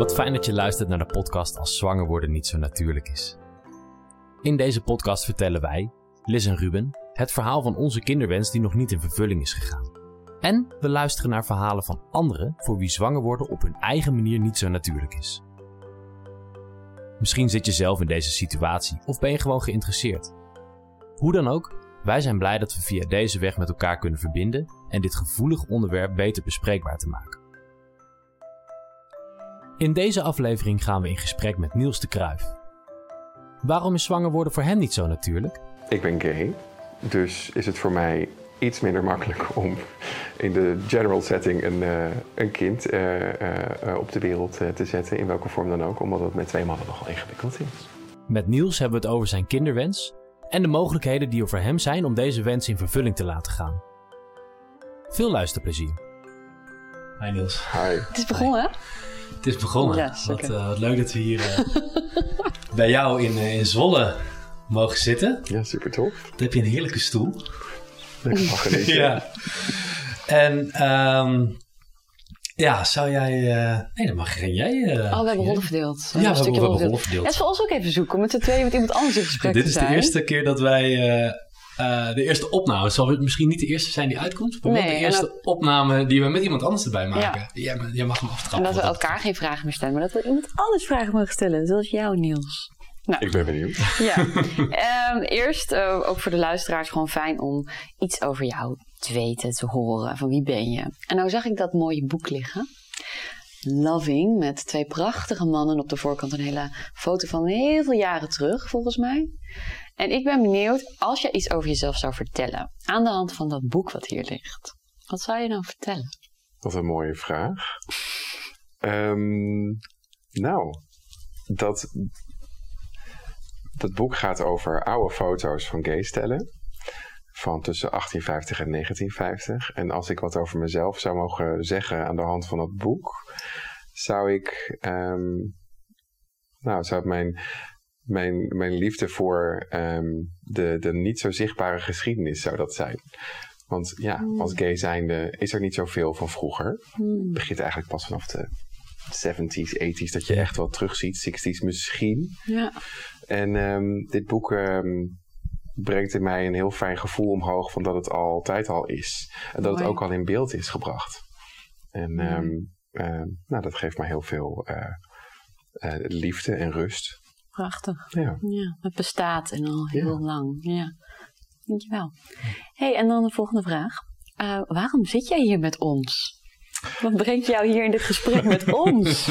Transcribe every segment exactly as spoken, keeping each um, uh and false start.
Wat fijn dat je luistert naar de podcast Als zwanger worden niet zo natuurlijk is. In deze podcast vertellen wij, Liz en Ruben, het verhaal van onze kinderwens die nog niet in vervulling is gegaan. En we luisteren naar verhalen van anderen voor wie zwanger worden op hun eigen manier niet zo natuurlijk is. Misschien zit je zelf in deze situatie of ben je gewoon geïnteresseerd. Hoe dan ook, wij zijn blij dat we via deze weg met elkaar kunnen verbinden en dit gevoelig onderwerp beter bespreekbaar te maken. In deze aflevering gaan we in gesprek met Niels de Kruijf. Waarom is zwanger worden voor hem niet zo natuurlijk? Ik ben gay, dus is het voor mij iets minder makkelijk om in de general setting een, uh, een kind uh, uh, op de wereld uh, te zetten, in welke vorm dan ook, omdat het met twee mannen nogal ingewikkeld is. Met Niels hebben we het over zijn kinderwens en de mogelijkheden die er voor hem zijn om deze wens in vervulling te laten gaan. Veel luisterplezier. Hi Niels. Hi. Het is begonnen, hè? Het is begonnen. Ja, wat, uh, wat leuk dat we hier uh, bij jou in, uh, in Zwolle mogen zitten. Ja, super tof. Dan heb je een heerlijke stoel. Lekker mag genieten. Ja. En um, ja, zou jij... Uh, nee, dan mag geen jij... Uh, oh, we hebben rollen verdeeld. Ja, we, we hebben rollen verdeeld. verdeeld. Het is voor ons ook even zoeken om met z'n tweeën met iemand anders in gesprek Dit te zijn. Dit is de eerste keer dat wij... Uh, Uh, de eerste opname. Het zal misschien niet de eerste zijn die uitkomt, maar nee, wel de eerste dat... opname die we met iemand anders erbij maken. Ja. Jij, jij mag hem aftrappen. En dat we elkaar geen vragen meer stellen, maar dat we iemand anders vragen mogen stellen. Zoals jou, Niels. Nou. Ik ben benieuwd. Ja. um, eerst, uh, ook voor de luisteraars, gewoon fijn om iets over jou te weten, te horen. Van wie ben je? En nou zag ik dat mooie boek liggen. Loving, met twee prachtige mannen op de voorkant. Een hele foto van heel veel jaren terug, volgens mij. En ik ben benieuwd, als je iets over jezelf zou vertellen, aan de hand van dat boek wat hier ligt, wat zou je nou vertellen? Wat een mooie vraag. Um, nou, dat, dat boek gaat over oude foto's van gaystellen. Van tussen achttien vijftig en negentien vijftig. En als ik wat over mezelf zou mogen zeggen aan de hand van dat boek, zou ik, um, nou, zou ik mijn... Mijn, mijn liefde voor um, de, de niet zo zichtbare geschiedenis zou dat zijn. Want ja, mm. als gay zijnde is er niet zoveel van vroeger. Mm. Het begint eigenlijk pas vanaf de zeventies, tachtigs dat je echt wel terugziet. zestig's misschien. Ja. En um, dit boek um, brengt in mij een heel fijn gevoel omhoog van dat het altijd al is. En dat Mooi. Het ook al in beeld is gebracht. En um, um, nou, dat geeft mij heel veel uh, uh, liefde en rust. Prachtig. Ja. Ja, het bestaat en al heel ja. lang. Ja. Dankjewel. Hey, en dan de volgende vraag. Uh, waarom zit jij hier met ons? Wat brengt jou hier in dit gesprek met ons?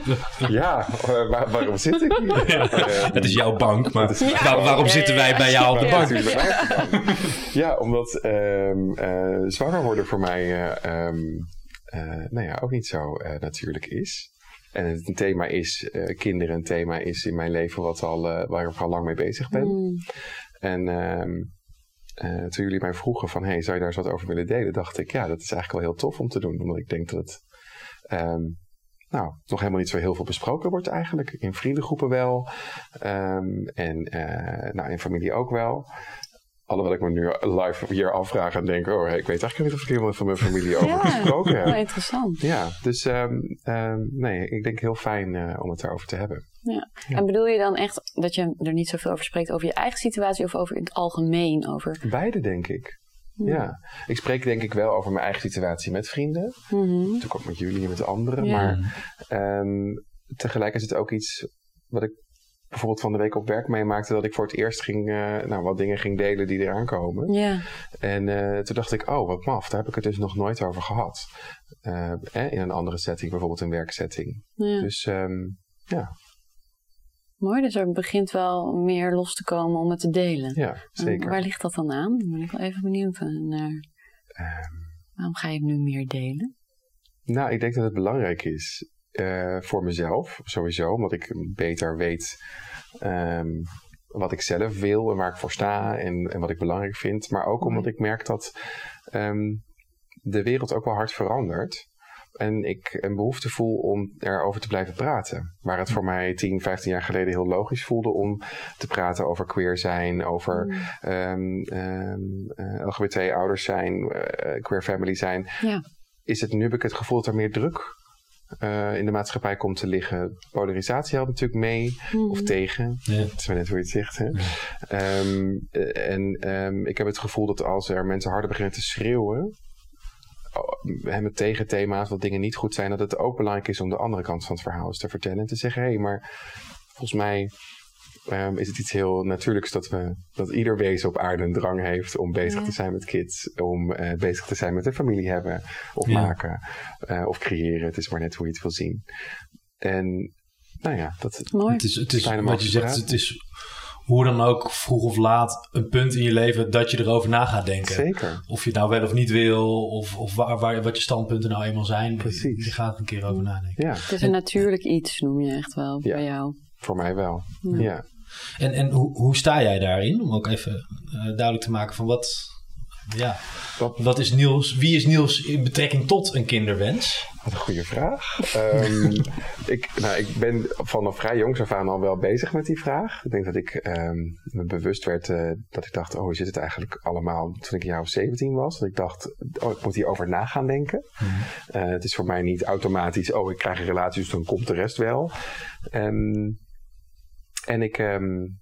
Ja, uh, waar, waarom zit ik hier? Ja, uh, het is jouw bank, maar ja. waar, waarom ja, zitten wij ja, bij jou op de ja, bank? Ja, ja omdat um, uh, zwanger worden voor mij uh, um, uh, nou ja, ook niet zo uh, natuurlijk is. En het een thema is, uh, kinderen een thema is in mijn leven wat al, uh, waar ik al lang mee bezig ben. Mm. En uh, uh, toen jullie mij vroegen van, hey, zou je daar eens wat over willen delen? Dacht ik, ja, dat is eigenlijk wel heel tof om te doen. Omdat ik denk dat het um, nou, nog helemaal niet zo heel veel besproken wordt eigenlijk. In vriendengroepen wel. Um, en uh, nou, in familie ook wel. Alhoewel ik me nu live hier afvraag en denk, oh, ik weet eigenlijk niet of ik helemaal van mijn familie over ja, gesproken heb. Ja, interessant. Ja, dus um, um, nee, ik denk heel fijn uh, om het daarover te hebben. Ja. Ja. En bedoel je dan echt dat je er niet zoveel over spreekt over je eigen situatie of over het algemeen? Over... Beide, denk ik. Ja. ja. Ik spreek denk ik wel over mijn eigen situatie met vrienden. Mm-hmm. Natuurlijk ook met jullie en met anderen. Ja. Maar um, tegelijk is het ook iets wat ik bijvoorbeeld van de week op werk meemaakte, dat ik voor het eerst ging, uh, nou, wat dingen ging delen die eraan komen. Ja. En uh, toen dacht ik, oh, wat maf, daar heb ik het dus nog nooit over gehad. Uh, eh, in een andere setting, bijvoorbeeld een werksetting. Ja. Dus um, ja. Mooi, dus er begint wel meer los te komen om het te delen. Ja, zeker. En waar ligt dat dan aan? Dan ben ik wel even benieuwd naar. Um, waarom ga je het nu meer delen? Nou, ik denk dat het belangrijk is. Uh, voor mezelf, sowieso, omdat ik beter weet um, wat ik zelf wil en waar ik voor sta en, en wat ik belangrijk vind. Maar ook omdat ik merk dat um, de wereld ook wel hard verandert. En ik een behoefte voel om erover te blijven praten. Waar het voor mij tien, vijftien jaar geleden heel logisch voelde om te praten over queer zijn, over mm. um, um, uh, L G B T ouders zijn, uh, queer family zijn. Ja. Is het nu, heb ik het gevoel dat er meer druk uh, in de maatschappij komt te liggen. Polarisatie helpt natuurlijk mee mm. of tegen. Ja. Dat is maar net hoe je het zegt. Hè? Ja. Um, en um, ik heb het gevoel dat als er mensen harder beginnen te schreeuwen, uh, met tegenthema's, dat dingen niet goed zijn, dat het ook belangrijk is om de andere kant van het verhaal eens te vertellen en te zeggen, hé, hey, maar volgens mij Um, is het iets heel natuurlijks dat, we, dat ieder wezen op aarde een drang heeft om bezig ja. te zijn met kids, om uh, bezig te zijn met een familie hebben of ja. maken uh, of creëren. Het is maar net hoe je het wil zien. En nou ja, dat Mooi. Het is, het is wat je zegt, het is hoe dan ook vroeg of laat een punt in je leven dat je erover na gaat denken. Zeker. Of je het nou wel of niet wil, of, of waar, waar, wat je standpunten nou eenmaal zijn. Precies. Je gaat er een keer over nadenken. Ja. Het is een natuurlijk iets, noem je echt wel ja. bij jou. Voor mij wel, ja. ja. En, en hoe, hoe sta jij daarin? Om ook even uh, duidelijk te maken van wat, ja, wat, wat is Niels, wie is Niels in betrekking tot een kinderwens? Wat een goede vraag. um, ik, nou, ik ben vanaf vrij jongs af aan al wel bezig met die vraag. Ik denk dat ik um, me bewust werd uh, dat ik dacht, oh, hoe zit het eigenlijk allemaal toen ik een jaar of zeventien was? Dat ik dacht, oh, ik moet hierover na gaan denken. Mm-hmm. Uh, het is voor mij niet automatisch, oh, ik krijg een relatie, dus dan komt de rest wel. Um, En ik um,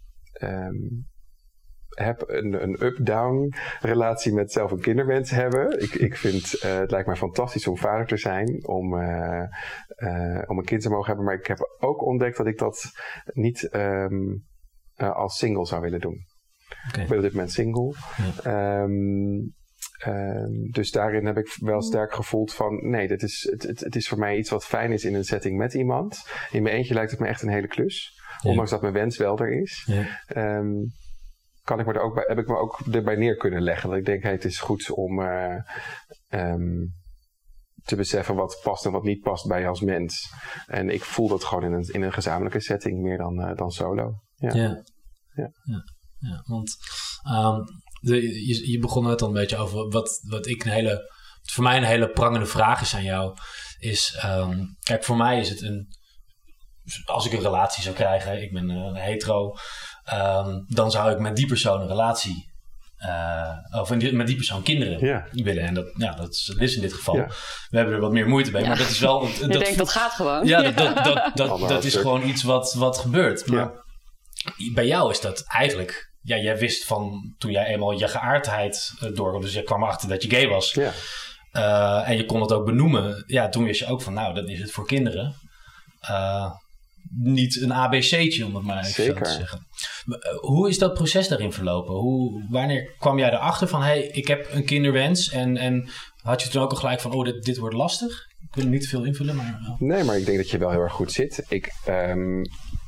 um, heb een, een up-down relatie met zelf een kinderwens hebben. Ik, ik vind, uh, het lijkt mij fantastisch om vader te zijn, om, uh, uh, om een kind te mogen hebben. Maar ik heb ook ontdekt dat ik dat niet um, uh, als single zou willen doen. Okay. Ik ben op dit moment single. Ja. Um, Um, dus daarin heb ik wel sterk gevoeld van, nee, dit is, het, het, het is voor mij iets wat fijn is in een setting met iemand. In mijn eentje lijkt het me echt een hele klus. Ja. Ondanks dat mijn wens wel er is. Ja. Um, kan ik me er ook bij, heb ik me ook erbij neer kunnen leggen. Dat ik denk, hey, het is goed om uh, um, te beseffen wat past en wat niet past bij je als mens. En ik voel dat gewoon in een, in een gezamenlijke setting meer dan, uh, dan solo. Ja, ja. ja. ja. ja want um, de, je, je begon net al een beetje over wat, wat ik een hele, wat voor mij een hele prangende vraag is aan jou. Is, um, kijk, voor mij is het een, als ik een relatie zou krijgen, ik ben een hetero, um, dan zou ik met die persoon een relatie, uh, of met die persoon kinderen yeah. willen. En dat, ja, dat is Liz in dit geval. Yeah. We hebben er wat meer moeite mee, ja. maar dat is wel... Je dat, denkt, dat gaat gewoon. Ja, dat, dat, dat, dat, dat is gewoon iets wat, wat gebeurt. Maar yeah. bij jou is dat eigenlijk... Ja, jij wist van toen jij eenmaal je geaardheid uh, door, dus je kwam erachter dat je gay was. Ja. Uh, en je kon het ook benoemen. Ja, toen wist je ook van, nou, dat is het voor kinderen. Uh, niet een A B C'tje, om het maar even Zeker. zo te zeggen. Uh, hoe is dat proces daarin verlopen? Hoe, wanneer kwam jij erachter van, hé, hey, ik heb een kinderwens. En, en had je toen ook al gelijk van, oh, dit, dit wordt lastig? Ik wil er niet te veel invullen, maar... Uh. Nee, maar ik denk dat je wel heel erg goed zit. Ik... Um...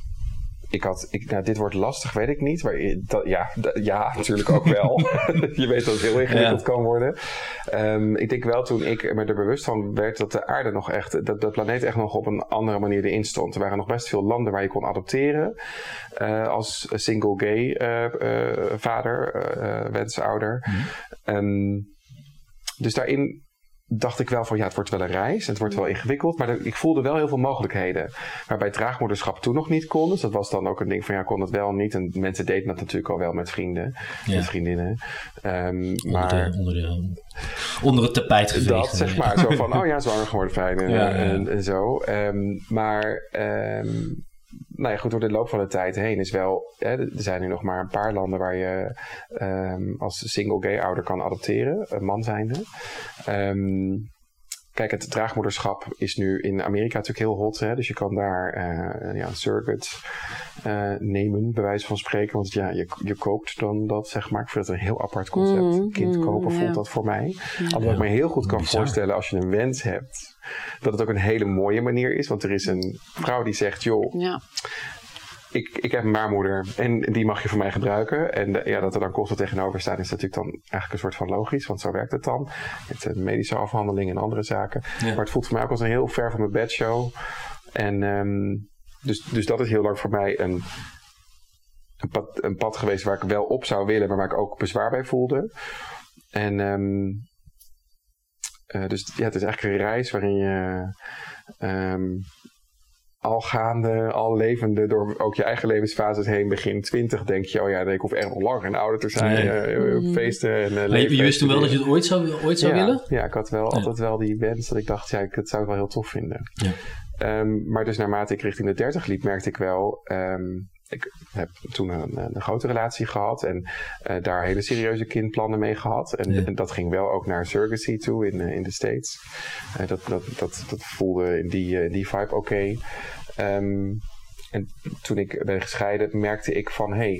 Ik had, ik, nou, dit wordt lastig, weet ik niet. Maar dat, ja, dat, ja, natuurlijk ook wel. Je weet dat het heel ingewikkeld ja. kan worden. Um, ik denk wel toen ik me er bewust van werd dat de aarde nog echt, dat de planeet echt nog op een andere manier erin stond. Er waren nog best veel landen waar je kon adopteren. Uh, als single gay uh, uh, vader, uh, wensouder. Mm-hmm. Um, dus daarin dacht ik wel van, ja, het wordt wel een reis en het wordt wel ingewikkeld, maar ik voelde wel heel veel mogelijkheden. Waarbij draagmoederschap toen nog niet kon, dus dat was dan ook een ding van, ja, kon het wel niet. En mensen deden dat natuurlijk al wel met vrienden, ja. met vriendinnen. Um, onder, maar, de, onder, de, onder het tapijt geveegd. Dat, zeg maar, zo van, oh ja, zwanger geworden, fijn en, ja, ja. en, en zo. Um, maar... Um, Nou ja, goed, door de loop van de tijd heen is wel... Hè, er zijn nu nog maar een paar landen waar je um, als single gay ouder kan adopteren. Een man zijnde. Um, kijk, het draagmoederschap is nu in Amerika natuurlijk heel hot. Hè, dus je kan daar uh, ja, een surrogate uh, nemen, bij wijze van spreken. Want ja, je, je koopt dan dat, zeg maar. Ik vind het een heel apart concept. Mm, Kind kopen mm, voelt ja. dat voor mij. Ja. Alhoewel ik me heel goed kan Bizar. voorstellen als je een wens hebt... dat het ook een hele mooie manier is. Want er is een vrouw die zegt... joh, ja. ik, ik heb een baarmoeder en die mag je voor mij gebruiken. En de, ja, dat er dan kosten tegenover staan... is natuurlijk dan eigenlijk een soort van logisch. Want zo werkt het dan. Met een medische afhandeling en andere zaken. Ja. Maar het voelt voor mij ook als een heel ver van mijn bedshow. En um, dus, dus dat is heel lang voor mij een... Een pad, een pad geweest waar ik wel op zou willen... maar waar ik ook bezwaar bij voelde. En... Um, Uh, dus ja, het is eigenlijk een reis waarin je um, al gaande, al levende, door ook je eigen levensfases heen, begin twintig, denk je, oh ja, ik hoef echt nog lang geen ouder te zijn. Nee. Uh, feesten en uh, maar je, je wist toen wel dat je het ooit zou, ooit zou ja, willen? Ja, ik had wel ja. altijd wel die wens dat ik dacht, ja, ik, het zou ik wel heel tof vinden. Ja. Um, maar dus naarmate ik richting de dertig liep, merkte ik wel... Um, ik heb toen een, een grote relatie gehad en uh, daar hele serieuze kindplannen mee gehad. En, ja. en dat ging wel ook naar surrogacy toe in, uh, in de States. Uh, dat, dat, dat, dat voelde in die, uh, die vibe oké. Okay. Um, en toen ik ben gescheiden, merkte ik van... Hey,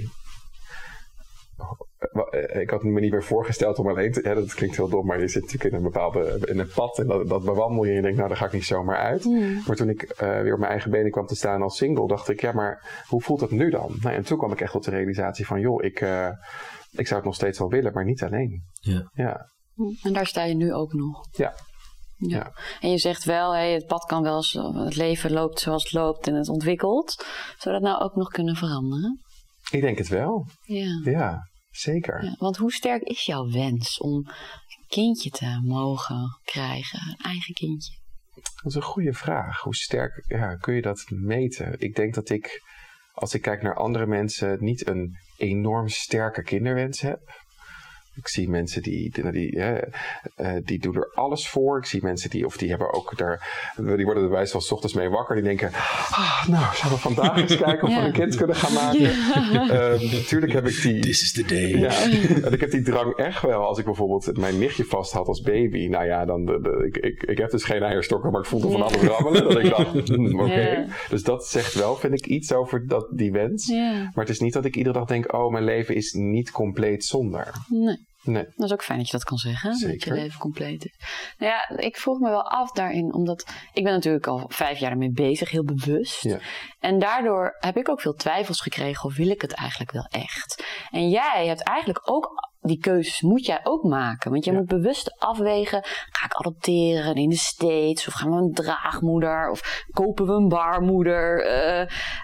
ik had me niet meer voorgesteld om alleen te... Ja, dat klinkt heel dom, maar je zit natuurlijk in een bepaalde in een pad en dat, dat bewandel je en je denkt, nou, daar ga ik niet zomaar uit. Mm. Maar toen ik uh, weer op mijn eigen benen kwam te staan als single, dacht ik, ja, maar hoe voelt het nu dan? Nou, en toen kwam ik echt tot de realisatie van, joh, ik, uh, ik zou het nog steeds wel willen, maar niet alleen. Ja. Ja. En daar sta je nu ook nog. Ja. Ja. Ja. En je zegt wel, hey, het pad kan wel, het leven loopt zoals het loopt en het ontwikkelt. Zou dat nou ook nog kunnen veranderen? Ik denk het wel. Ja. Ja. Zeker. Ja, want hoe sterk is jouw wens om een kindje te mogen krijgen? Een eigen kindje? Dat is een goede vraag. Hoe sterk ja, kun je dat meten? Ik denk dat ik, als ik kijk naar andere mensen, niet een enorm sterke kinderwens heb. Ik zie mensen die, die, die, uh, uh, die doen er alles voor. Ik zie mensen die, of die hebben ook daar, die worden er wijs van 's ochtends mee wakker. Die denken, ah, nou, zouden we vandaag eens kijken of yeah. we een kind kunnen gaan maken. Yeah. Uh, natuurlijk heb ik die... This is the day. Ja, en ik heb die drang echt wel. Als ik bijvoorbeeld mijn nichtje vast had als baby. Nou ja, dan, de, de, ik, ik, ik heb dus geen eierstokken, maar ik voelde van alles rammelen. Dat ik dacht, hmm, oké. Okay. Yeah. Dus dat zegt wel, vind ik, iets over dat, die wens. Yeah. Maar het is niet dat ik iedere dag denk, oh, mijn leven is niet compleet zonder. Nee. Nee. Dat is ook fijn dat je dat kan zeggen, Zeker. dat je leven compleet is. Nou ja, ik vroeg me wel af daarin, omdat ik ben natuurlijk al vijf jaar ermee bezig, heel bewust. Ja. En daardoor heb ik ook veel twijfels gekregen of wil ik het eigenlijk wel echt. En jij hebt eigenlijk ook die keuzes moet jij ook maken. Want jij ja. moet bewust afwegen, ga ik adopteren in de States? Of gaan we een draagmoeder? Of kopen we een baarmoeder? Uh,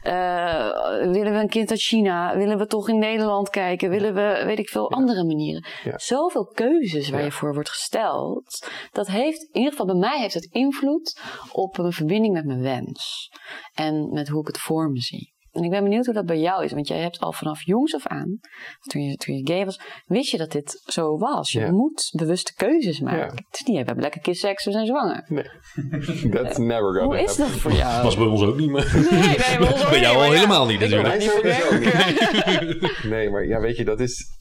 uh, willen we een kind uit China? Willen we toch in Nederland kijken? Willen we, weet ik veel, ja. andere manieren? Ja. Zoveel keuzes waar ja. je voor wordt gesteld. Dat heeft, in ieder geval bij mij heeft het invloed op een verbinding met mijn wens. En met hoe ik het voor me zie. En ik ben benieuwd hoe dat bij jou is. Want jij hebt al vanaf jongs af aan, toen je, toen je gay was, wist je dat dit zo was. Je ja. moet bewuste keuzes maken. Ja. Het is niet, we hebben lekker kiss seks, we zijn zwanger. Nee, that's uh, never gonna Hoe is dat voor jou? Dat was bij ons ook niet meer. Nee, nee bij ons ook bij jou niet, al ja. helemaal niet natuurlijk. Niet niet. Nee, maar ja, weet je, dat is...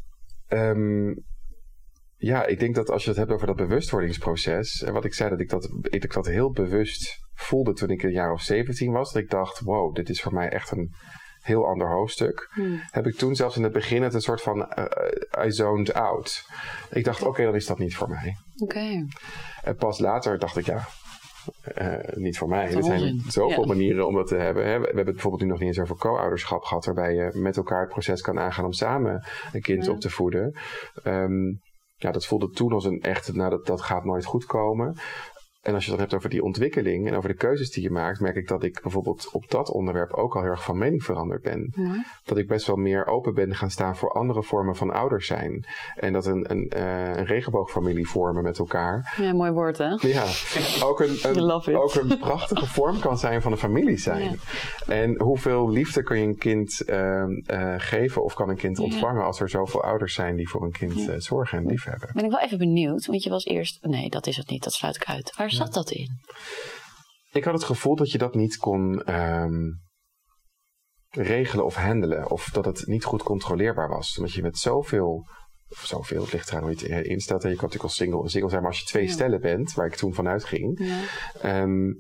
Um, ja, ik denk dat als je het hebt over dat bewustwordingsproces, en wat ik zei, dat ik dat, ik dat heel bewust voelde toen ik een jaar of zeventien was, dat ik dacht, wow, dit is voor mij echt een heel ander hoofdstuk. Hmm. Heb ik toen zelfs in het begin het een soort van uh, I zoned out. Ik dacht, oké, okay, dan is dat niet voor mij. Oké. Okay. En pas later dacht ik, ja, uh, niet voor mij. Er zijn zoveel ja. manieren om dat te hebben. Hè. We hebben het bijvoorbeeld nu nog niet eens over co-ouderschap gehad, waarbij je met elkaar het proces kan aangaan om samen een kind ja. op te voeden. Um, Ja, dat voelde toen als een echt, nou dat, dat gaat nooit goed komen. En als je het dan hebt over die ontwikkeling en over de keuzes die je maakt, merk ik dat ik bijvoorbeeld op dat onderwerp ook al heel erg van mening veranderd ben. Ja. Dat ik best wel meer open ben gaan staan voor andere vormen van ouders zijn. En dat een, een, uh, een regenboogfamilie vormen met elkaar. Ja, mooi woord hè? Ja, ook een, een, ook een prachtige vorm kan zijn van een familie zijn. Ja. En hoeveel liefde kun je een kind uh, uh, geven of kan een kind ontvangen ja. als er zoveel ouders zijn die voor een kind ja. uh, zorgen en liefhebben. Ben ik wel even benieuwd, want je was eerst, nee dat is het niet, dat sluit ik uit. Waar zat dat in? Ik had het gevoel dat je dat niet kon um, regelen of handelen. Of dat het niet goed controleerbaar was. Omdat je met zoveel, of zoveel, het ligt eraan hoe je het instelt. Je kan natuurlijk als single, een single zijn, maar als je twee ja. stellen bent, waar ik toen vanuit ging. Ja. Um,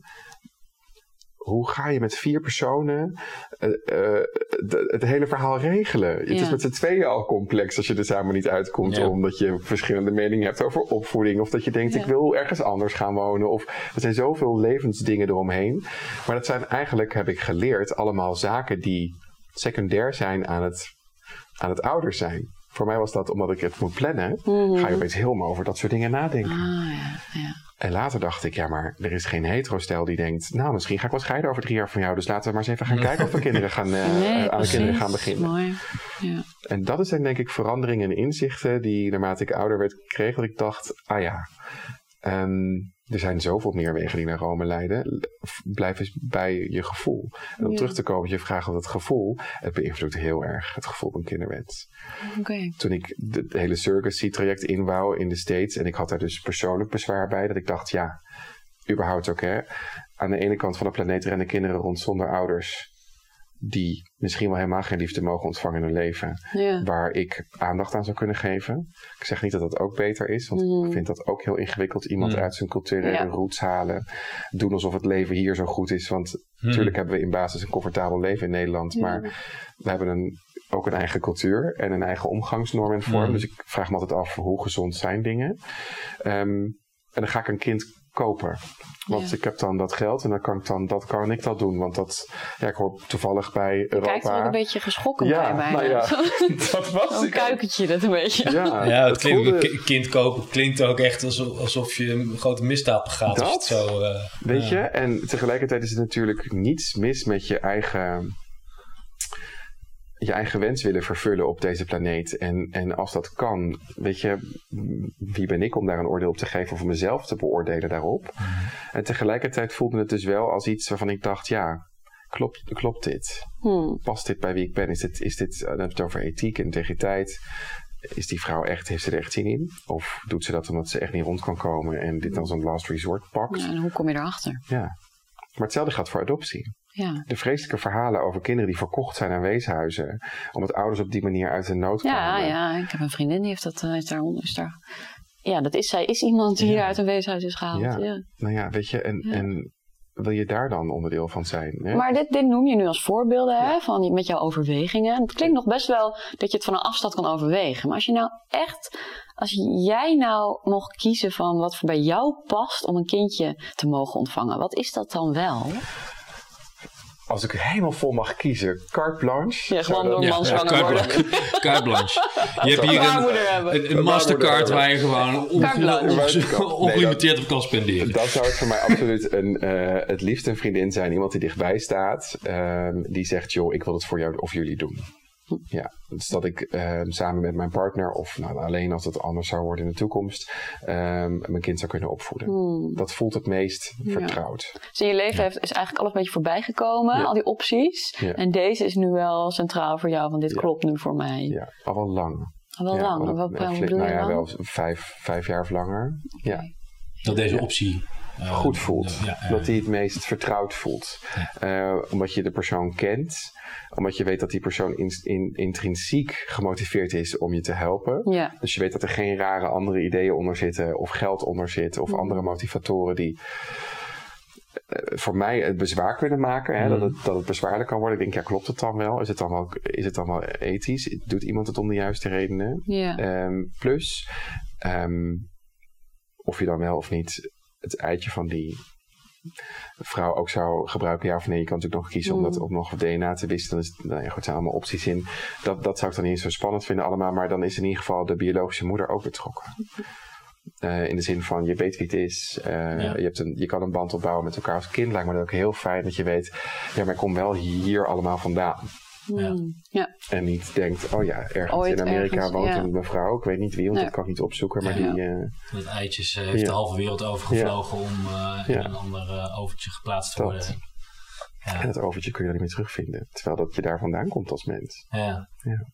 hoe ga je met vier personen uh, uh, de, het hele verhaal regelen? Ja. Het is met z'n tweeën al complex als je er samen niet uitkomt. Ja. Omdat je verschillende meningen hebt over opvoeding. Of dat je denkt, ja. ik wil ergens anders gaan wonen. Of er zijn zoveel levensdingen eromheen. Maar dat zijn eigenlijk, heb ik geleerd, allemaal zaken die secundair zijn aan het, aan het ouder zijn. Voor mij was dat, omdat ik het moet plannen, mm-hmm. ga je opeens helemaal over dat soort dingen nadenken. Ah, ja, ja. En later dacht ik, ja, maar er is geen hetero-stel die denkt, nou, misschien ga ik wel scheiden over drie jaar van jou. Dus laten we maar eens even gaan kijken of we kinderen gaan, uh, nee, aan de kinderen gaan beginnen. Mooi. Ja. En dat is dan denk ik veranderingen en inzichten die naarmate ik ouder werd kreeg, dat ik dacht, ah ja, Um, er zijn zoveel meer wegen die naar Rome leiden. Blijf eens bij je gevoel. En om ja. terug te komen op je vraag over het gevoel. Het beïnvloedt heel erg het gevoel van kinderwens. Okay. Toen ik de, de hele surrogacy-traject inwouw in de States. En ik had daar dus persoonlijk bezwaar bij. Dat ik dacht, ja, überhaupt ook hè. Aan de ene kant van de planeet rennen kinderen rond zonder ouders. Die misschien wel helemaal geen liefde mogen ontvangen in hun leven. Ja. Waar ik aandacht aan zou kunnen geven. Ik zeg niet dat dat ook beter is. Want mm. ik vind dat ook heel ingewikkeld. Iemand mm. uit zijn culturele ja. roots halen. Doen alsof het leven hier zo goed is. Want mm. natuurlijk hebben we in basis een comfortabel leven in Nederland. Ja. Maar we hebben een, ook een eigen cultuur. En een eigen omgangsnorm en vorm. Mm. Dus ik vraag me altijd af hoe gezond zijn dingen. Um, en dan ga ik een kind kopen. Want ja. ik heb dan dat geld en dan kan ik dan dat kan ik dat doen. Want dat, ja, ik hoor toevallig bij Europa. Je kijkt er ook een beetje geschrokken ja, bij mij. Nou ja, dat was Zo'n kuikentje dat een beetje. Ja, ja het, het klinkt, voelde... kind kopen klinkt ook echt alsof, alsof je een grote misdaad begaat. Dat, het zo, uh, weet ja. je, en tegelijkertijd is het natuurlijk niets mis met je eigen... je eigen wens willen vervullen op deze planeet. En, en als dat kan, weet je, wie ben ik om daar een oordeel op te geven of om mezelf te beoordelen daarop. Mm-hmm. En tegelijkertijd voelde het dus wel als iets waarvan ik dacht, ja, klopt, klopt dit? Hmm. Past dit bij wie ik ben? Is dit, is dit, dan heb je het over ethiek, integriteit. Is die vrouw echt, heeft ze er echt zin in? Of doet ze dat omdat ze echt niet rond kan komen en dit als een last resort pakt? Ja, en hoe kom je erachter? Ja, maar hetzelfde geldt voor adoptie. Ja. De vreselijke verhalen over kinderen die verkocht zijn aan weeshuizen. Omdat ouders op die manier uit de nood ja, komen. Ja, ik heb een vriendin die heeft dat, is daar, is daar... Ja, dat is, zij is iemand die ja. hier uit een weeshuis is gehaald. Ja. Ja. Nou ja, weet je, en, ja. en wil je daar dan onderdeel van zijn? Hè? Maar dit, dit noem je nu als voorbeelden ja. hè, van, met jouw overwegingen. Het klinkt nog best wel dat je het van een afstand kan overwegen. Maar als je nou echt... Als jij nou mocht kiezen van wat bij jou past om een kindje te mogen ontvangen. Wat is dat dan wel? Als ik helemaal vol mag kiezen, carte blanche. Ja, gewoon door man zwanger worden. Carte blanche. Je hebt hier een, een, een Mastercard waar je gewoon ongelimiteerd op kan spenderen. Dan zou het voor mij absoluut een, uh, het liefst een vriendin zijn. Iemand die dichtbij staat. Um, die zegt, joh, ik wil het voor jou of jullie doen. Ja, dus dat ik uh, samen met mijn partner of nou, alleen als het anders zou worden in de toekomst um, mijn kind zou kunnen opvoeden. Hmm. Dat voelt het meest vertrouwd. Ja. Dus in je leven ja. heeft, is eigenlijk alles een beetje voorbij gekomen, ja. al die opties. Ja. En deze is nu wel centraal voor jou, want dit ja. klopt nu voor mij. Ja, al wel lang. Al wel ja, lang? Al, wat ja, bedoel flink, je nou ja, lang? wel vijf, vijf jaar of langer. Okay. Ja. Dat deze optie... Uh, goed voelt. Ja, ja, ja. Dat hij het meest vertrouwd voelt. Ja. Uh, omdat je de persoon kent. Omdat je weet dat die persoon in, in, intrinsiek gemotiveerd is om je te helpen. Ja. Dus je weet dat er geen rare andere ideeën onder zitten. Of geld onder zit. Of mm. andere motivatoren die uh, voor mij het bezwaar kunnen maken. Hè, mm. dat, het, dat het bezwaarlijk kan worden. Ik denk, ja, klopt het dan wel? Is het dan wel, is het dan wel ethisch? Doet iemand het om de juiste redenen? Ja. Um, plus, um, of je dan wel of niet het eitje van die vrouw ook zou gebruiken, ja of nee. Je kan natuurlijk nog kiezen mm. om, dat, om nog D N A te wisselen. Dus, nou ja, goed, er zijn allemaal opties in. Dat, dat zou ik dan niet zo spannend vinden allemaal. Maar dan is in ieder geval de biologische moeder ook betrokken. Uh, in de zin van, je weet wie het is. Uh, ja. je, hebt een, je kan een band opbouwen met elkaar als kind. Lijkt me dat ook heel fijn dat je weet, ja, maar ik kom wel hier allemaal vandaan. Ja. Ja. En niet denkt, oh ja, ergens Ooit in Amerika ergens, woont ja. een mevrouw. Ik weet niet wie, want nee. dat kan ik niet opzoeken. Maar ja. die... Uh, Met eitjes uh, heeft ja. de halve wereld overgevlogen ja. om uh, in ja. een ander uh, overtje geplaatst te dat. worden. Ja. En dat overtje kun je dan niet meer terugvinden. Terwijl dat je daar vandaan komt als mens. Ja. Ja.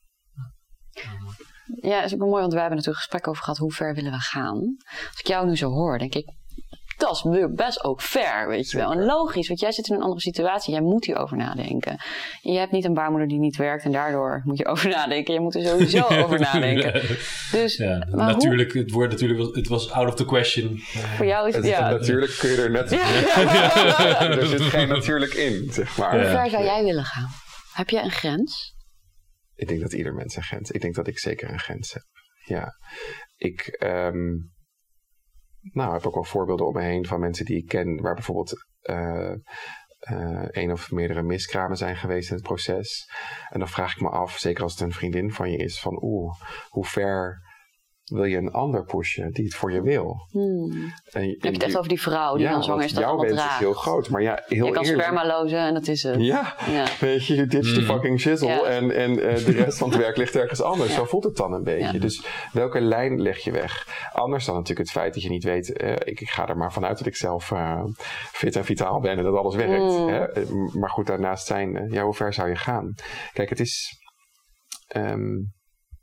Ja, dat is ook wel mooi, want wij hebben natuurlijk een gesprek over gehad. Hoe ver willen we gaan? Als ik jou nu zo hoor, denk ik, dat is best ook fair, weet je wel. En logisch, want jij zit in een andere situatie. Jij moet hierover nadenken. En je hebt niet een baarmoeder die niet werkt en daardoor moet je over nadenken. Je moet er sowieso over nadenken. Dus, ja, natuurlijk, hoe? Het woord natuurlijk, het was out of the question. Voor jou is het, het ja. Natuurlijk kun je er net... Ja. Er zit geen natuurlijk in, zeg maar. Hoe ver zou jij willen gaan? Heb jij een grens? Ik denk dat ieder mens een grens. Ik denk dat ik zeker een grens heb. Ja. Ik... Um, Nou, ik heb ook wel voorbeelden om me heen van mensen die ik ken, waar bijvoorbeeld uh, uh, één of meerdere miskramen zijn geweest in het proces. En dan vraag ik me af, zeker als het een vriendin van je is, van oeh, hoe ver wil je een ander pushen die het voor je wil. Hmm. En, en heb je het echt over die vrouw die ja, dan zwanger is, dat jouw allemaal wens draagt. is heel groot. Maar ja, heel je kan eerlijk. spermalozen en dat is het. Ja, ja. weet je, you ditch the Mm. fucking shizzle Ja. en, en uh, de rest van het werk ligt ergens anders. Ja. Zo voelt het dan een beetje. Ja. Dus welke lijn leg je weg? Anders dan natuurlijk het feit dat je niet weet, uh, ik, ik ga er maar vanuit dat ik zelf uh, fit en vitaal ben en dat alles werkt. Mm. Hè? Maar goed, daarnaast zijn, uh, ja, hoe ver zou je gaan? Kijk, het is... Um,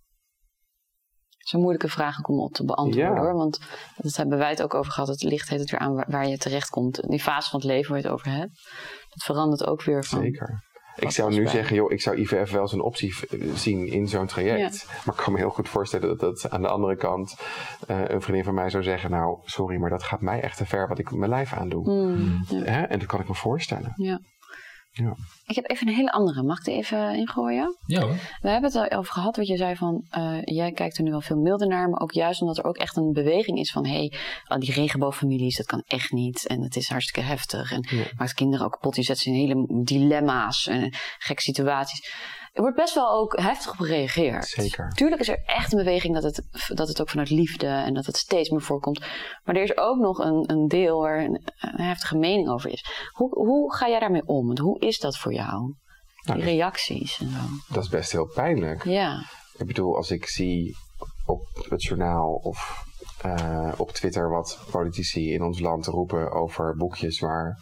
Het is een moeilijke vraag ook om op te beantwoorden Ja. hoor. Want dat hebben wij het ook over gehad. Het ligt heet het weer aan waar, waar je terecht komt. Die fase van het leven waar je het over hebt. Dat verandert ook weer van. Zeker. Ik Wat zou was nu bij? zeggen, joh, ik zou I V F wel als een optie v- zien in zo'n traject. Ja. Maar ik kan me heel goed voorstellen dat, dat aan de andere kant uh, een vriendin van mij zou zeggen, nou, sorry, maar dat gaat mij echt te ver wat ik met mijn lijf aan doe. Hmm, ja. Hè? En dat kan ik me voorstellen. Ja. Ja. Ik heb even een hele andere. Mag ik er even ingooien? Ja hoor. We hebben het al over gehad, wat je zei van... Uh, jij kijkt er nu wel veel milder naar, maar ook juist omdat er ook echt een beweging is van... hé, hey, die regenboogfamilies, dat kan echt niet. En het is hartstikke heftig. En Ja. maakt kinderen ook kapot. Je zet ze in hele dilemma's en gekke situaties. Er wordt best wel ook heftig op gereageerd. Zeker. Tuurlijk is er echt een beweging dat het, dat het ook vanuit liefde... en dat het steeds meer voorkomt. Maar er is ook nog een, een deel waar een, een heftige mening over is. Hoe, hoe ga jij daarmee om? Want hoe is dat voor jou? Die Nou, reacties en zo. dat is best heel pijnlijk. Ja. Ik bedoel, als ik zie op het journaal of uh, op Twitter wat politici in ons land roepen over boekjes waar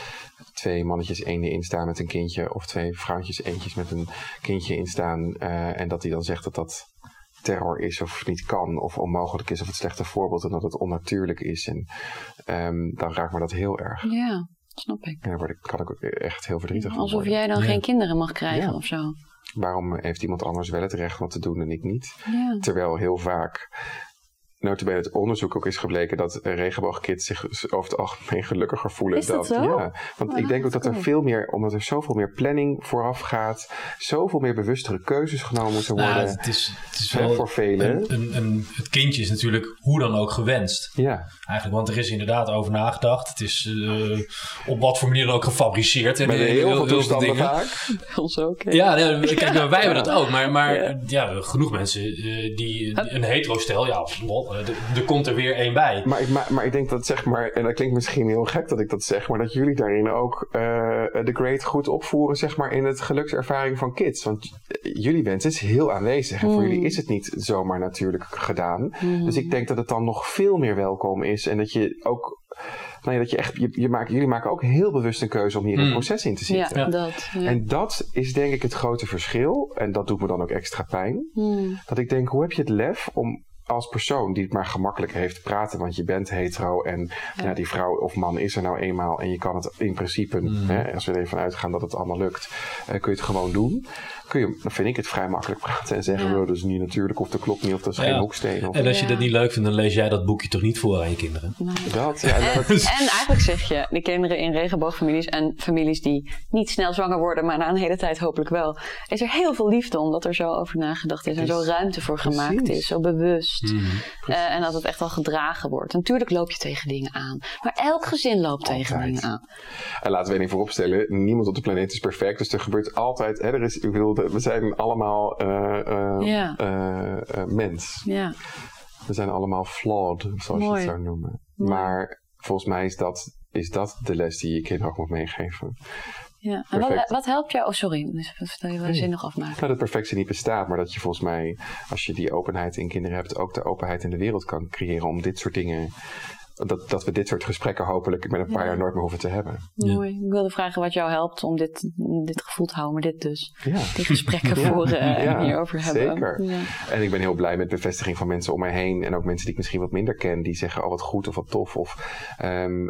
twee mannetjes eenden in staan met een kindje of twee vrouwtjes eentjes met een kindje in staan uh, en dat die dan zegt dat dat terror is of niet kan of onmogelijk is of het slechte voorbeeld en dat het onnatuurlijk is. En um, dan raakt me dat heel erg. Ja, snap ik. En daar word ik, kan ik ook echt heel verdrietig van Alsof worden. jij dan Ja. geen kinderen mag krijgen Ja. of zo. Waarom heeft iemand anders wel het recht om te doen en ik niet? Ja. Terwijl heel vaak, notabene het onderzoek ook is gebleken dat regenboogkids zich over het algemeen gelukkiger voelen. Is dat dan, zo? Ja, want Oh, ik denk ook dat er cool. veel meer, omdat er zoveel meer planning vooraf gaat, zoveel meer bewustere keuzes genomen moeten worden. Nou, het is, het is hè, wel voor velen. Een, een, een, het kindje is natuurlijk hoe dan ook gewenst. Ja, Eigenlijk, want er is inderdaad over nagedacht. Het is uh, op wat voor manier dan ook gefabriceerd. En met heel, veel toestanden dingen. vaak. Ons ook. hè? Ja, nee, kijk, nou, wij hebben dat ook. Maar, maar Ja. ja. genoeg mensen uh, die een hetero-stel, ja, lol, uh, er komt er weer één bij. Maar ik, maar, maar ik denk dat, zeg maar, en dat klinkt misschien heel gek dat ik dat zeg, maar dat jullie daarin ook uh, de grade goed opvoeren, zeg maar, in het gelukservaring van kids. Want jullie wens is heel aanwezig en Mm. voor jullie is het niet zomaar natuurlijk gedaan. Mm. Dus ik denk dat het dan nog veel meer welkom is en dat je ook, nou ja, dat je echt, je, je maakt, jullie maken ook heel bewust een keuze om hier in het Mm. proces in te Ja, zitten. Ja. dat. Ja. En dat is denk ik het grote verschil en dat doet me dan ook extra pijn. Hmm. Dat ik denk, hoe heb je het lef om als persoon die het maar gemakkelijk heeft te praten, want je bent hetero en Ja. ja, die vrouw of man is er nou eenmaal en je kan het in principe, Mm. hè, als we er even uitgaan dat het allemaal lukt, uh, kun je het gewoon doen. Kun je, dan vind ik het vrij makkelijk praten en zeggen, Ja. oh, dat is niet natuurlijk of dat klopt niet of dat is Ja. geen hoeksteen. Of En als je Ja. dat niet leuk vindt, dan lees jij dat boekje toch niet voor aan je kinderen? Nee. dat. Ja, en En, dat en eigenlijk zeg je, die kinderen in regenboogfamilies en families die niet snel zwanger worden, maar na een hele tijd hopelijk wel, is er heel veel liefde omdat er zo over nagedacht is en Het zo is- ruimte voor gemaakt precies. is, zo bewust. Mm. Uh, en dat het echt wel gedragen wordt. Natuurlijk loop je tegen dingen aan. Maar elk gezin loopt tegen Altijd. dingen aan. En laten we één ding vooropstellen, niemand op de planeet is perfect, dus er gebeurt altijd, hè, er is, ik bedoel, we zijn allemaal uh, uh, Ja. uh, uh, mens. Ja. We zijn allemaal flawed, zoals Mooi. je het zou noemen. Mooi. Maar volgens mij is dat, is dat de les die je kinderen ook moet meegeven. Ja. En wat, Perfect. wat helpt jou? Oh, sorry. Dus Vertel je wel de zin nog afmaken. Nou, dat perfectie niet bestaat, maar dat je volgens mij, als je die openheid in kinderen hebt, ook de openheid in de wereld kan creëren om dit soort dingen, dat, dat we dit soort gesprekken hopelijk met een paar Ja. jaar nooit meer hoeven te hebben. Ja. Mooi. Ik wilde vragen wat jou helpt om dit, dit gevoel te houden, maar dit dus. Ja. Die gesprekken Ja. voeren en Ja, hierover hebben. zeker. Ja. En ik ben heel blij met bevestiging van mensen om mij heen. En ook mensen die ik misschien wat minder ken. Die zeggen, oh wat goed of wat tof. Of um,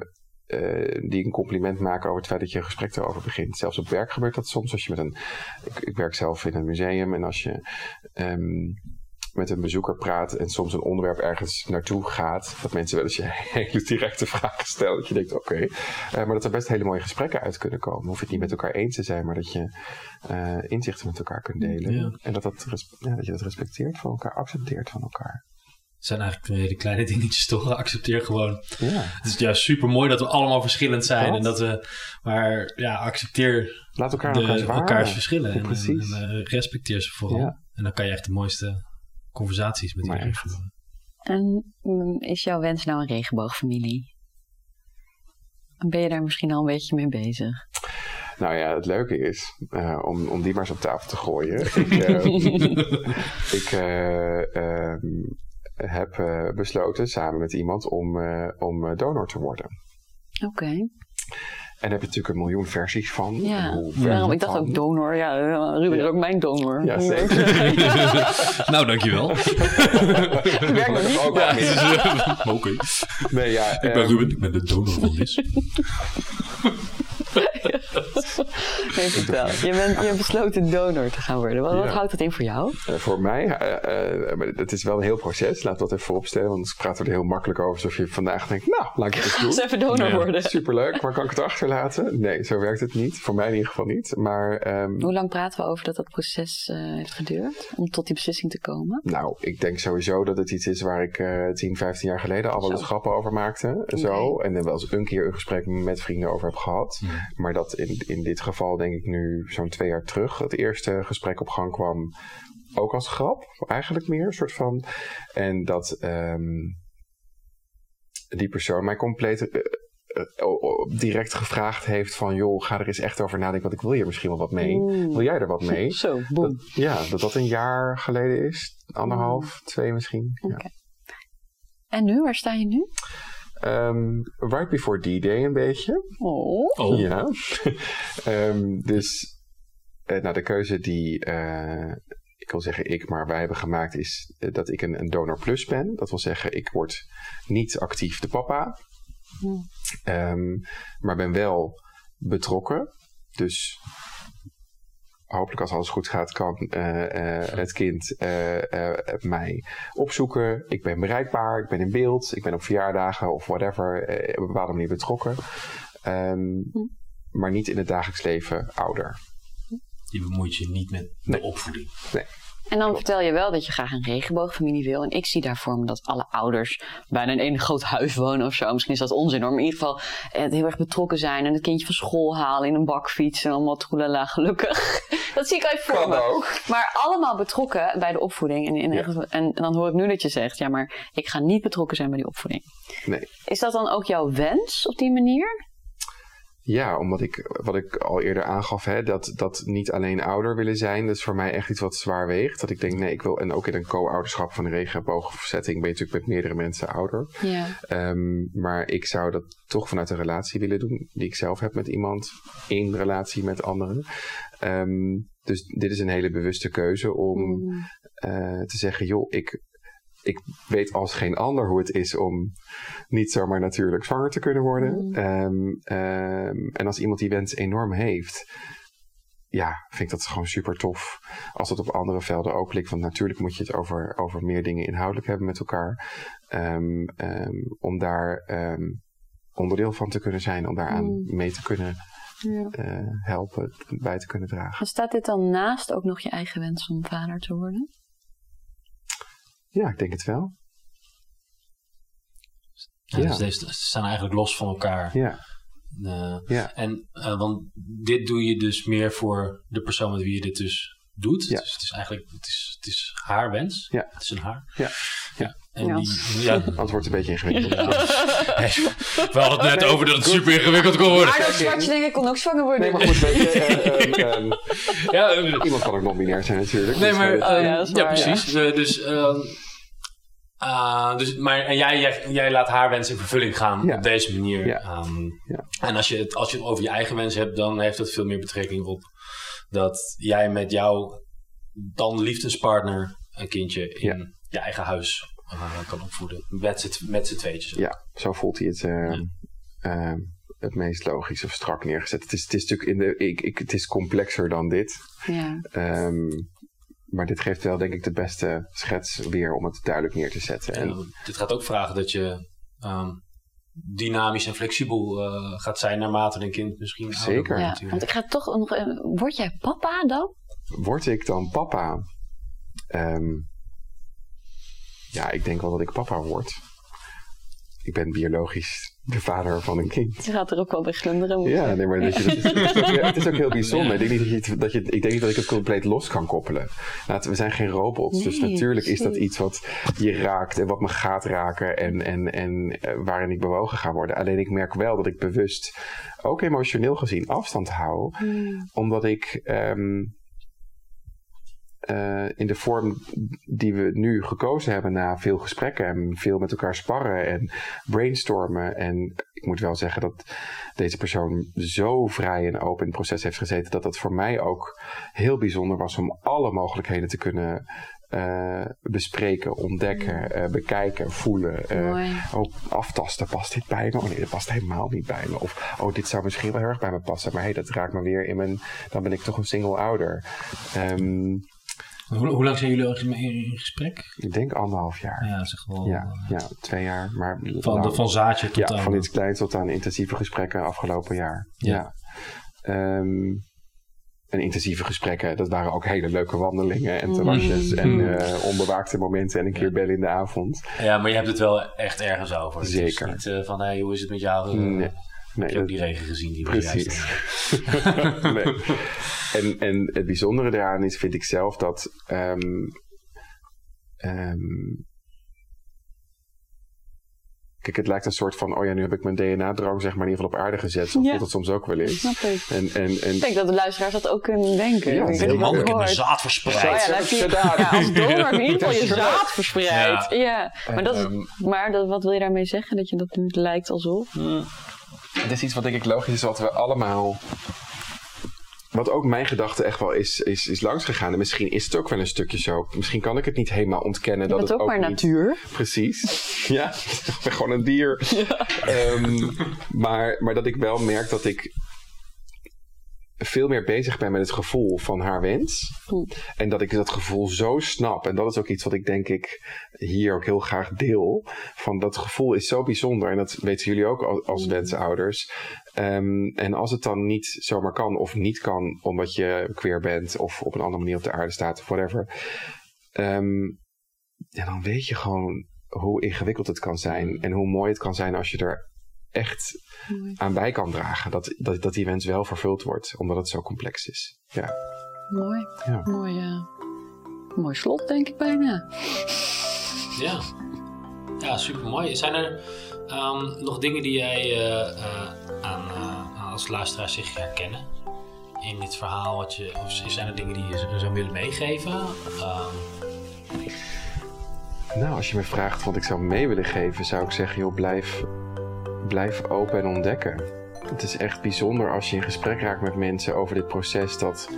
uh, die een compliment maken over het feit dat je een gesprek erover begint. Zelfs op werk gebeurt dat soms. Als je met een, ik, ik werk zelf in een museum. En als je um, met een bezoeker praat en soms een onderwerp ergens naartoe gaat. Dat mensen wel eens je hele directe vragen stellen. Dat je denkt, oké. Okay. Uh, maar dat er best hele mooie gesprekken uit kunnen komen. Hoef je het niet met elkaar eens te zijn. Maar dat je uh, inzichten met elkaar kunt delen. Ja. En dat, dat, ja, dat je dat respecteert van elkaar. Accepteert van elkaar. Het zijn eigenlijk hele kleine dingetjes toch. Accepteer gewoon. Ja. Het is ja super mooi dat we allemaal verschillend zijn. Dat? En dat we, maar ja, accepteer Laat elkaar de, elkaars waarde. elkaars verschillen. Ja, en, precies. en, en uh, respecteer ze vooral. Ja. En dan kan je echt de mooiste conversaties met Maar iedereen echt. voeren. En is jouw wens nou een regenboogfamilie? Ben je daar misschien al een beetje mee bezig? Nou ja, het leuke is, uh, om, om die maar eens op tafel te gooien. ik uh, ik uh, um, heb uh, besloten samen met iemand om, uh, om donor te worden. Oké. Okay. En daar heb je natuurlijk een miljoen versies van. Ja, daarom, ik dacht van? ook donor. Ja, Ruben ja. is ook mijn donor. Ja, zeker. Nou, dankjewel. Ik werk nog niet. Ook ja, ja. Oké. Okay. Nee, ja, ik ben um, Ruben, ik ben de donor van Liz. Nee, vertel. Je bent je besloten donor te gaan worden. Wat, ja. wat houdt dat in voor jou? Uh, voor mij, uh, uh, het is wel een heel proces. Laten we dat even vooropstellen. Want ik praat er heel makkelijk over. Alsof je vandaag denkt, nou, laat ik het eens doen. Eens even donor ja. worden. Superleuk, maar kan ik het achterlaten? Nee, zo werkt het niet. Voor mij in ieder geval niet. Maar, um, hoe lang praten we over dat dat proces uh, heeft geduurd? Om tot die beslissing te komen? Nou, ik denk sowieso dat het iets is waar ik uh, tien, vijftien jaar geleden al wel eens grappen over maakte. Okay. Zo. En dan wel eens een keer een gesprek met vrienden over heb gehad. Mm. Maar dat in, in dit geval denk ik nu zo'n twee jaar terug het eerste gesprek op gang kwam. Ook als grap, eigenlijk meer, soort van. En dat um, die persoon mij compleet uh, uh, direct gevraagd heeft van, joh, ga er eens echt over nadenken, want ik wil hier misschien wel wat mee. Mm. Wil jij er wat mee? Zo, boem. Dat, ja, dat dat een jaar geleden is. Anderhalf, mm. twee misschien. Okay. Ja. En nu, waar sta je nu? Um, right before D-Day een beetje. Oh. oh. Ja. um, dus uh, nou, de keuze die, uh, ik wil zeggen ik, maar wij hebben gemaakt is uh, dat ik een, een donor plus ben. Dat wil zeggen, ik word niet actief de papa. Hmm. Um, maar ben wel betrokken. Dus hopelijk als alles goed gaat, kan uh, uh, het kind uh, uh, mij opzoeken. Ik ben bereikbaar, ik ben in beeld, ik ben op verjaardagen of whatever uh, op een bepaalde manier betrokken. Um, hm. Maar niet in het dagelijks leven ouder. Je bemoeit je niet met de nee. opvoeding. Nee. En dan vertel je wel dat je graag een regenboogfamilie wil. En ik zie daar voor me dat alle ouders bijna in één groot huis wonen of zo. Misschien is dat onzin hoor. Maar in ieder geval eh, heel erg betrokken zijn. En het kindje van school halen in een bakfiets. En allemaal troelala gelukkig. Dat zie ik uit voor me. Ook. Maar allemaal betrokken bij de opvoeding. En, in ja. en, en dan hoor ik nu dat je zegt, ja maar ik ga niet betrokken zijn bij die opvoeding. Nee. Is dat dan ook jouw wens op die manier? Ja, omdat ik, wat ik al eerder aangaf, hè, dat, dat niet alleen ouder willen zijn, dat is voor mij echt iets wat zwaar weegt. Dat ik denk, nee, ik wil, en ook in een co-ouderschap van een regenboogsetting ben je natuurlijk met meerdere mensen ouder. Ja. Um, maar ik zou dat toch vanuit een relatie willen doen, die ik zelf heb met iemand, in relatie met anderen. Um, dus dit is een hele bewuste keuze om mm. uh, te zeggen, joh, ik... Ik weet als geen ander hoe het is om niet zomaar natuurlijk zwanger te kunnen worden. Mm. Um, um, en als iemand die wens enorm heeft, ja, vind ik dat gewoon super tof. Als dat op andere velden ook ligt. Want natuurlijk moet je het over, over meer dingen inhoudelijk hebben met elkaar. Um, um, om daar um, onderdeel van te kunnen zijn. Om daaraan mm. mee te kunnen ja. uh, helpen, bij te kunnen dragen. En staat dit dan naast ook nog je eigen wens om vader te worden? Ja, ik denk het wel. Ja, ja. Dus deze staan eigenlijk los van elkaar. Ja. Uh, ja. En, uh, want dit doe je dus meer voor de persoon met wie je dit dus doet. Ja. Dus het is eigenlijk het is, het is haar wens. Ja. Het is een haar. Ja. Ja. En ja. die, ja. Het wordt een beetje ingewikkeld. Ja. Hey, we hadden het net nee, over dat het goed. super ingewikkeld kon worden. Arnold Schwarzenegger kon ook zwanger worden. Nee, maar goed, weet je, uh, um, um, ja, uh, iemand kan ook non-binair zijn natuurlijk. Nee, dus maar, uh, uh, ja, ja, waar, precies. Ja. Uh, dus, uh, uh, dus, maar en jij, jij, jij laat haar wens in vervulling gaan ja. op deze manier. Ja. Um, ja. En als je, het, als je het over je eigen wens hebt, dan heeft dat veel meer betrekking op dat jij met jouw dan liefdespartner een kindje in ja. je eigen huis uh, kan opvoeden. Met z'n, met z'n tweetjes. Ja, zo voelt hij het uh, ja. uh, het meest logisch of strak neergezet. Het is, het is natuurlijk in de, ik, ik, het is complexer dan dit. Ja. Um, maar dit geeft wel denk ik de beste schets weer om het duidelijk neer te zetten. En, en dit gaat ook vragen dat je um, dynamisch en flexibel uh, gaat zijn naarmate een kind misschien Zeker. ouder wordt. Ja, want ik ga toch nog... Uh, word jij papa dan? Word ik dan papa? Um, ja, ik denk wel dat ik papa word. ik ben biologisch de vader van een kind. Je gaat er ook wel bij glunderen. Ja, nee, maar dat je, dat is, het, is ook, het is ook heel bijzonder. Ja. Ik, denk niet dat je, dat je, ik denk niet dat ik het compleet los kan koppelen. Laten, we zijn geen robots, nee, dus natuurlijk precies. Is dat iets wat je raakt en wat me gaat raken en, en, en uh, waarin ik bewogen ga worden. Alleen ik merk wel dat ik bewust, ook emotioneel gezien, afstand hou. Hmm. Omdat ik... Um, Uh, in de vorm die we nu gekozen hebben na veel gesprekken en veel met elkaar sparren en brainstormen. En ik moet wel zeggen dat deze persoon zo vrij en open in het proces heeft gezeten dat dat voor mij ook heel bijzonder was om alle mogelijkheden te kunnen uh, bespreken, ontdekken, uh, bekijken, voelen. Uh, ook aftasten, past dit bij me? Oh nee, dat past helemaal niet bij me. Of oh, dit zou misschien wel heel erg bij me passen, maar hey, dat raakt me weer in mijn, dan ben ik toch een single ouder. Um, Hoe, hoe lang zijn jullie al in gesprek? Ik denk anderhalf jaar. Ja, dat is echt wel... Ja, ja twee jaar. Maar van, de, van zaadje tot ja, aan... van iets kleins tot aan intensieve gesprekken afgelopen jaar. Ja. ja. Um, en intensieve gesprekken, dat waren ook hele leuke wandelingen en terrasjes mm. en uh, onbewaakte momenten en een keer ja. bellen in de avond. Ja, maar je hebt het wel echt ergens over. Zeker. Het is niet uh, van, hey, hoe is het met jou? Uh, nee. Nee, heb je ook die regen gezien? Die precies. nee. En, en het bijzondere daaraan is, vind ik zelf, dat um, um, kijk, het lijkt een soort van, oh ja, nu heb ik mijn D N A-drang zeg maar in ieder geval op aarde gezet. Zo ja. voelt het soms ook wel eens. Snap ik. En, en, en, ik denk dat de luisteraars dat ook kunnen denken. Ja, ik ben mannelijk in mijn zaad verspreid. Oh ja, dat je, ja, als donor in ieder geval je zaad verspreid. Ja. ja. Maar, dat is, um, maar dat, wat wil je daarmee zeggen? Dat je dat nu lijkt alsof? Hmm. Het is iets wat denk ik logisch is, wat we allemaal... Wat ook mijn gedachte echt wel is, is, is langsgegaan. En misschien is het ook wel een stukje zo. Misschien kan ik het niet helemaal ontkennen. Je dat bent het ook, ook maar niet... natuur. Precies. Ja, ik ben gewoon een dier. Ja. Um, maar, maar dat ik wel merk dat ik veel meer bezig ben met het gevoel van haar wens. Hm. En dat ik dat gevoel zo snap. En dat is ook iets wat ik denk ik hier ook heel graag deel. Van dat gevoel is zo bijzonder. En dat weten jullie ook als, als hm. wensouders. Um, en als het dan niet zomaar kan of niet kan omdat je queer bent of op een andere manier op de aarde staat of whatever. Um, ja, dan weet je gewoon hoe ingewikkeld het kan zijn. En hoe mooi het kan zijn als je er echt mooi. aan bij kan dragen. Dat, dat, dat die wens wel vervuld wordt. Omdat het zo complex is. Ja. Mooi. Ja. Mooi, uh, mooi slot denk ik bijna. Ja. Ja, super mooi. Zijn er um, nog dingen die jij uh, uh, aan, uh, als luisteraar zich herkennen? In dit verhaal? Wat je, of zijn er dingen die je zou willen meegeven? Um, nou, als je me vraagt wat ik zou mee willen geven, zou ik zeggen, joh, blijf... Blijf open en ontdekken. Het is echt bijzonder als je in gesprek raakt met mensen over dit proces, dat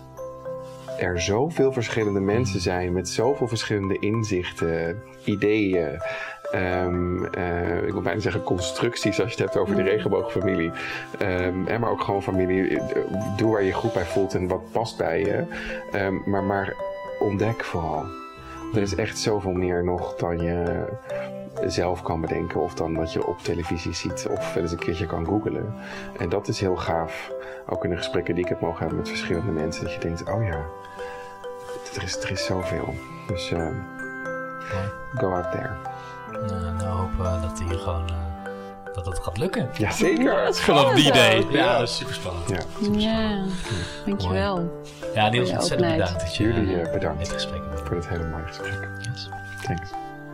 er zoveel verschillende mensen zijn met zoveel verschillende inzichten, ideeën, um, uh, ik wil bijna zeggen constructies als je het hebt over de regenboogfamilie. Um, en maar ook gewoon familie, doe waar je je goed bij voelt en wat past bij je. Um, maar, maar ontdek vooral. Er is echt zoveel meer nog dan je zelf kan bedenken of dan dat je op televisie ziet of wel eens een keertje kan googlen. En dat is heel gaaf. Ook in de gesprekken die ik heb mogen hebben met verschillende mensen. Dat je denkt, oh ja, er is, er is zoveel. Dus uh, go out there. Nou, nou hopen we dat hier gewoon uh, dat het gaat lukken. Ja, zeker. Ja, vanaf die idee. Ja, ja, dat is super spannend. Ja, super ja. dankjewel. Mooi. Ja, Niels, ontzettend bedankt dat je jullie uh, bedankt dit gesprek hebt. Voor dit hele mooie gesprek. Yes. Thanks.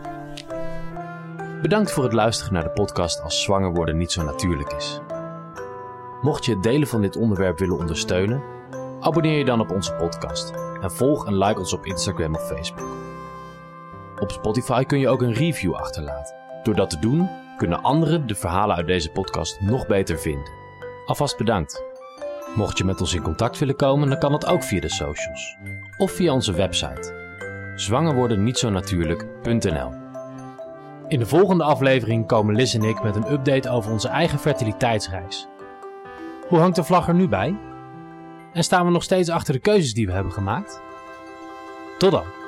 Bedankt voor het luisteren naar de podcast Als zwanger worden niet zo natuurlijk is. Mocht je het delen van dit onderwerp willen ondersteunen, abonneer je dan op onze podcast en volg en like ons op Instagram of Facebook. Op Spotify kun je ook een review achterlaten. Door dat te doen, kunnen anderen de verhalen uit deze podcast nog beter vinden. Alvast bedankt. Mocht je met ons in contact willen komen, dan kan dat ook via de socials. Of via onze website zwanger worden niet zo natuurlijk punt n l. In de volgende aflevering komen Liz en ik met een update over onze eigen fertiliteitsreis. Hoe hangt de vlag er nu bij? En staan we nog steeds achter de keuzes die we hebben gemaakt? Tot dan!